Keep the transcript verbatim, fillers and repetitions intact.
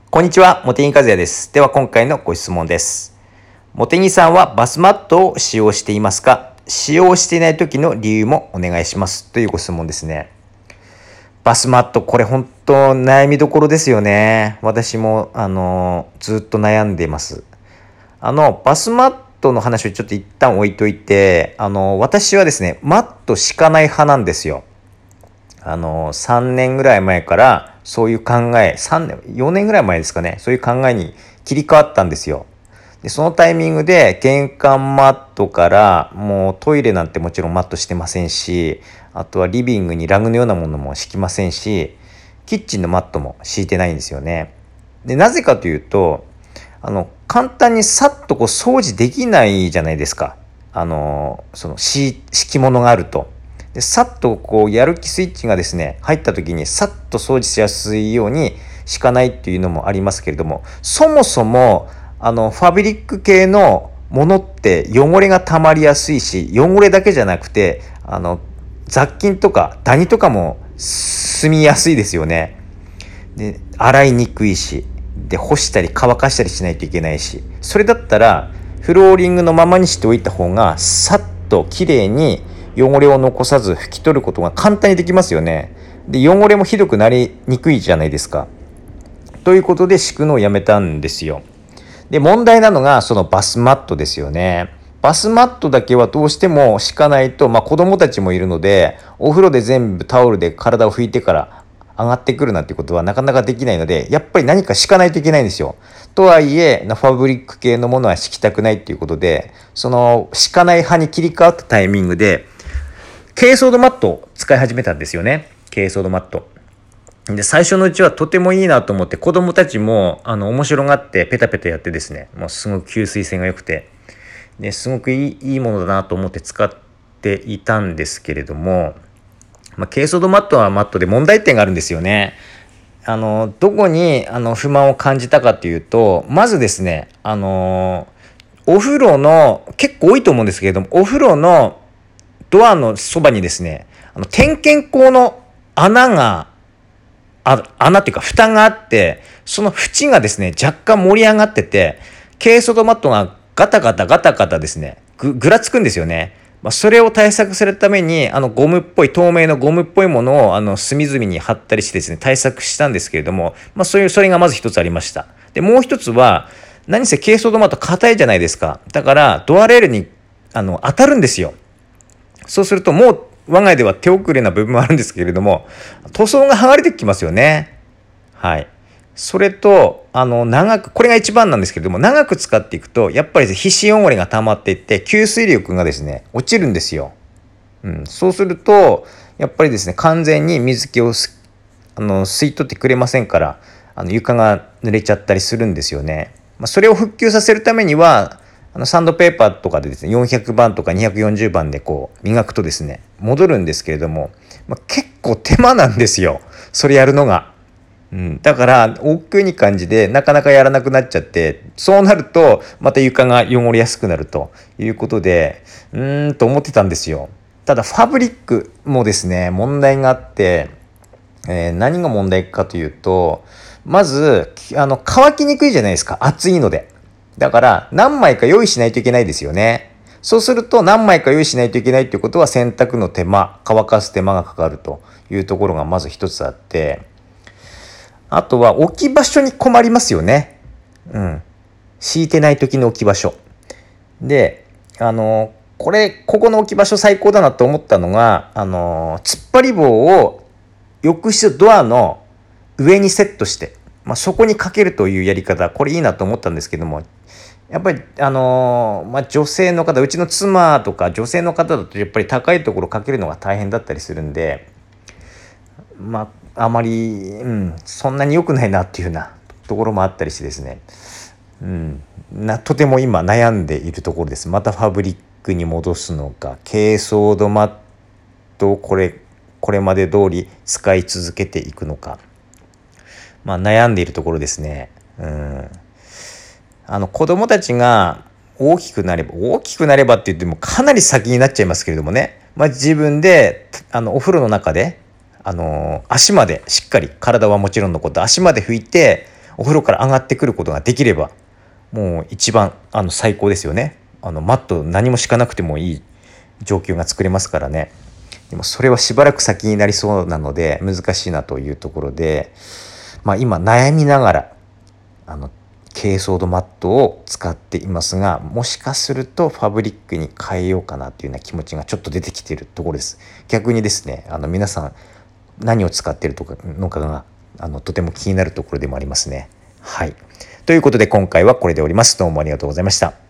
こんにちは、茂木和也です。では今回のご質問です。茂木さんはバスマットを使用していますか？使用していない時の理由もお願いします。というご質問ですね。バスマット、これ本当悩みどころですよね。私も、あの、ずっと悩んでいます。あの、バスマットの話をちょっと一旦置いといて、あの、私はですね、マット敷かない派なんですよ。あの、さんねんぐらい前からそういう考え、さんねん、よねんぐらい前ですかね、そういう考えに切り替わったんですよ。で、そのタイミングで玄関マットからもうトイレなんてもちろんマットしてませんし、あとはリビングにラグのようなものも敷きませんし、キッチンのマットも敷いてないんですよね。で、なぜかというと、あの、簡単にさっとこう掃除できないじゃないですか。あの、その敷敷物があると。で、さっとこうやる気スイッチがですね、入った時にさっと掃除しやすいように敷かないっていうのもありますけれども、そもそもあのファブリック系のものって汚れが溜まりやすいし、汚れだけじゃなくてあの雑菌とかダニとかも住みやすいですよね。で、洗いにくいし、で干したり乾かしたりしないといけないし、それだったらフローリングのままにしておいた方がさっときれいに汚れを残さず拭き取ることが簡単にできますよね。で、汚れもひどくなりにくいじゃないですか。ということで敷くのをやめたんですよ。で、問題なのがそのバスマットですよね。バスマットだけはどうしても敷かないと、まあ子供たちもいるので、お風呂で全部タオルで体を拭いてから上がってくるなんてことはなかなかできないので、やっぱり何か敷かないといけないんですよ。とはいえ、ファブリック系のものは敷きたくないっていうことで、その敷かない派に切り替わったタイミングで、珪藻土マットを使い始めたんですよね。珪藻土マット。で、最初のうちはとてもいいなと思って、子供たちも、あの、面白がってペタペタやってですね、もうすごく吸水性が良くて、で、すごくいい、いいものだなと思って使っていたんですけれども、まあ、珪藻土マットはマットで問題点があるんですよね。あの、どこに、あの、不満を感じたかというと、まずですね、あの、お風呂の、結構多いと思うんですけれども、お風呂のドアのそばにですね、あの点検口の穴が、あ穴っていうか蓋があって、その縁がですね、若干盛り上がってて、珪藻土マットがガタガタガタガタですね、ぐ、ぐらつくんですよね。まあ、それを対策するために、あのゴムっぽい、透明のゴムっぽいものを、あの、隅々に貼ったりしてですね、対策したんですけれども、まあ、そういう、それがまず一つありました。で、もう一つは、何せ珪藻土マット硬いじゃないですか。だから、ドアレールに、あの、当たるんですよ。そうするともう我が家では手遅れな部分もあるんですけれども、塗装が剥がれてきますよね。はい。それと、あの、長く、これが一番なんですけれども、長く使っていくと、やっぱり皮脂汚れが溜まっていって、吸水力がですね、落ちるんですよ。うん。そうすると、やっぱりですね、完全に水気をすあの吸い取ってくれませんから、あの床が濡れちゃったりするんですよね。まあ、それを復旧させるためには、あのサンドペーパーとかでですね、よんひゃくばんとかにひゃくよんじゅうばんでこう磨くとですね、戻るんですけれども、まあ、結構手間なんですよ。それやるのが。うん、だから億劫に感じでなかなかやらなくなっちゃって、そうなるとまた床が汚れやすくなるということで、うーんと思ってたんですよ。ただファブリックもですね、問題があって、えー何が問題かというと、まずあの乾きにくいじゃないですか、暑いので。だから何枚か用意しないといけないですよね。そうすると何枚か用意しないといけないっていうことは、洗濯の手間、乾かす手間がかかるというところがまず一つあって、あとは置き場所に困りますよね。うん。敷いてない時の置き場所。で、あの、これ、ここの置き場所最高だなと思ったのが、あの、突っ張り棒を浴室ドアの上にセットして、まあ、そこにかけるというやり方、これいいなと思ったんですけども、やっぱり、あのーまあ、女性の方、うちの妻とか女性の方だとやっぱり高いところかけるのが大変だったりするんで、まあ、あまり、うん、そんなに良くないなっていうようなところもあったりしてですね、うん、なとても今悩んでいるところです。またファブリックに戻すのか、珪藻土マットをこれ、これまで通り使い続けていくのか、まあ、悩んでいるところですね。うん、あの子供たちが大きくなれば大きくなればって言ってもかなり先になっちゃいますけれどもね、まあ、自分であのお風呂の中であの足までしっかり、体はもちろんのこと足まで拭いてお風呂から上がってくることができればもう一番あの最高ですよね。あのマット何も敷かなくてもいい状況が作れますからね。でもそれはしばらく先になりそうなので難しいなというところで、まあ、今悩みながらあの珪藻土マットを使っていますが、もしかするとファブリックに変えようかなというような気持ちがちょっと出てきているところです。逆にですね、あの皆さん何を使っているのかがあのとても気になるところでもありますね。はい。ということで今回はこれでおります。どうもありがとうございました。